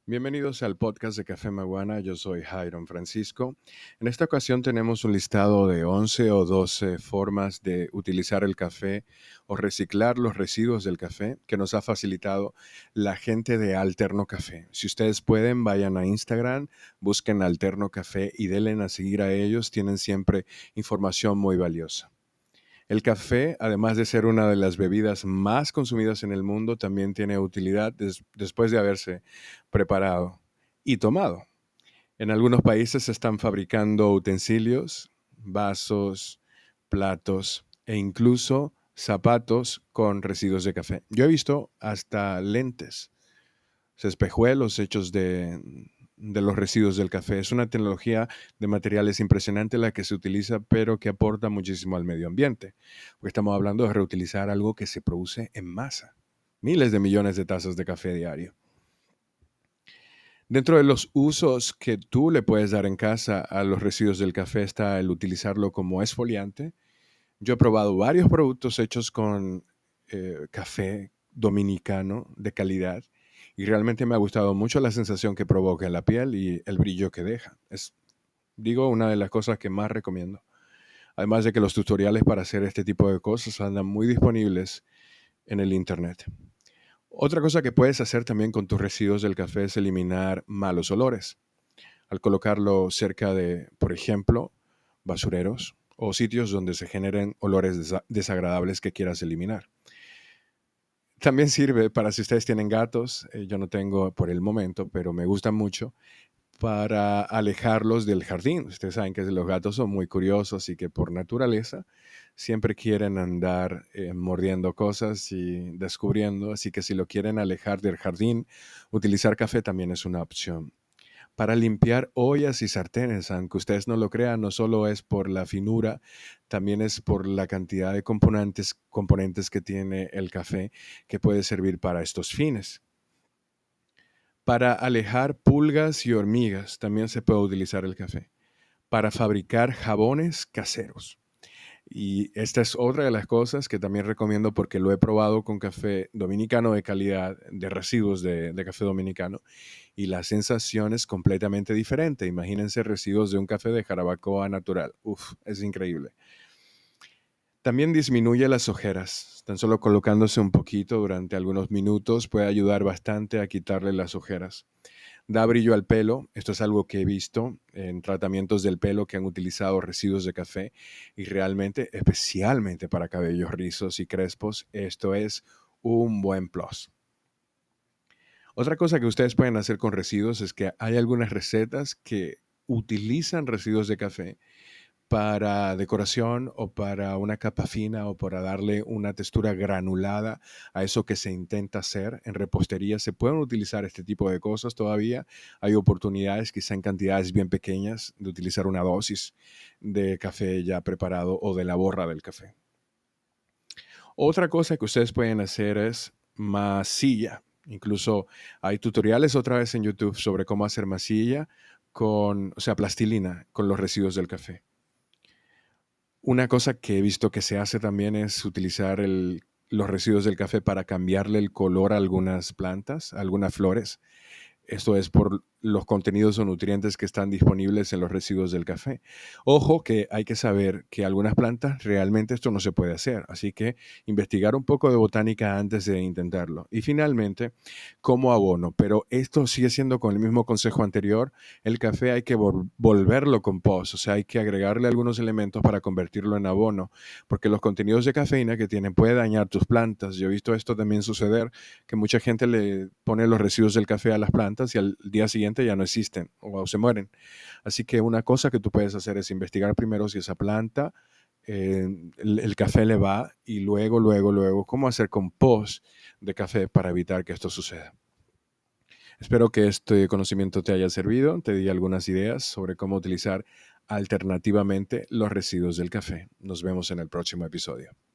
Bienvenidos al podcast de Café Maguana. Yo soy Jairon Francisco. En esta ocasión tenemos un listado de 11 o 12 formas de utilizar el café o reciclar los residuos del café que nos ha facilitado la gente de Alterno Café. Si ustedes pueden, vayan a Instagram, busquen Alterno Café y denle a seguir a ellos. Tienen siempre información muy valiosa. El café, además de ser una de las bebidas más consumidas en el mundo, también tiene utilidad después de haberse preparado y tomado. En algunos países se están fabricando utensilios, vasos, platos e incluso zapatos con residuos de café. Yo he visto hasta lentes, espejuelos hechos de los residuos del café. Es una tecnología de materiales impresionante la que se utiliza, pero que aporta muchísimo al medio ambiente. Porque estamos hablando de reutilizar algo que se produce en masa. Miles de millones de tazas de café diario. Dentro de los usos que tú le puedes dar en casa a los residuos del café está el utilizarlo como exfoliante. Yo he probado varios productos hechos con café dominicano de calidad y realmente me ha gustado mucho la sensación que provoca en la piel y el brillo que deja. Es, digo, una de las cosas que más recomiendo. Además de que los tutoriales para hacer este tipo de cosas andan muy disponibles en el internet. Otra cosa que puedes hacer también con tus residuos del café es eliminar malos olores. Al colocarlo cerca de, por ejemplo, basureros o sitios donde se generen olores desagradables que quieras eliminar. También sirve para si ustedes tienen gatos, yo no tengo por el momento, pero me gustan mucho, para alejarlos del jardín. Ustedes saben que los gatos son muy curiosos y que por naturaleza siempre quieren andar mordiendo cosas y descubriendo, así que si lo quieren alejar del jardín, utilizar café también es una opción. Para limpiar ollas y sartenes, aunque ustedes no lo crean, no solo es por la finura, también es por la cantidad de componentes que tiene el café que puede servir para estos fines. Para alejar pulgas y hormigas también se puede utilizar el café. Para fabricar jabones caseros. Y esta es otra de las cosas que también recomiendo porque lo he probado con café dominicano de calidad, de residuos de café dominicano, y la sensación es completamente diferente. Imagínense residuos de un café de Jarabacoa natural. Uf, es increíble. También disminuye las ojeras. Tan solo colocándose un poquito durante algunos minutos puede ayudar bastante a quitarle las ojeras. Da brillo al pelo. Esto es algo que he visto en tratamientos del pelo que han utilizado residuos de café y realmente, especialmente para cabellos rizos y crespos, esto es un buen plus. Otra cosa que ustedes pueden hacer con residuos es que hay algunas recetas que utilizan residuos de café para decoración o para una capa fina o para darle una textura granulada a eso que se intenta hacer en repostería. Se pueden utilizar este tipo de cosas todavía. Hay oportunidades, quizá en cantidades bien pequeñas, de utilizar una dosis de café ya preparado o de la borra del café. Otra cosa que ustedes pueden hacer es masilla. Incluso hay tutoriales otra vez en YouTube sobre cómo hacer masilla con, o sea, plastilina con los residuos del café. Una cosa que he visto que se hace también es utilizar los residuos del café para cambiarle el color a algunas plantas, a algunas flores. Esto es por los contenidos o nutrientes que están disponibles en los residuos del café. Ojo que hay que saber que algunas plantas realmente esto no se puede hacer, así que investigar un poco de botánica antes de intentarlo. Y finalmente, como abono, pero esto sigue siendo con el mismo consejo anterior, el café hay que volverlo compost, o sea, hay que agregarle algunos elementos para convertirlo en abono, porque los contenidos de cafeína que tienen puede dañar tus plantas. Yo he visto esto también suceder, que mucha gente le pone los residuos del café a las plantas y al día siguiente ya no existen o se mueren. Así que una cosa que tú puedes hacer es investigar primero si esa planta, el café le va y luego, cómo hacer compost de café para evitar que esto suceda. Espero que este conocimiento te haya servido, te di algunas ideas sobre cómo utilizar alternativamente los residuos del café. Nos vemos en el próximo episodio.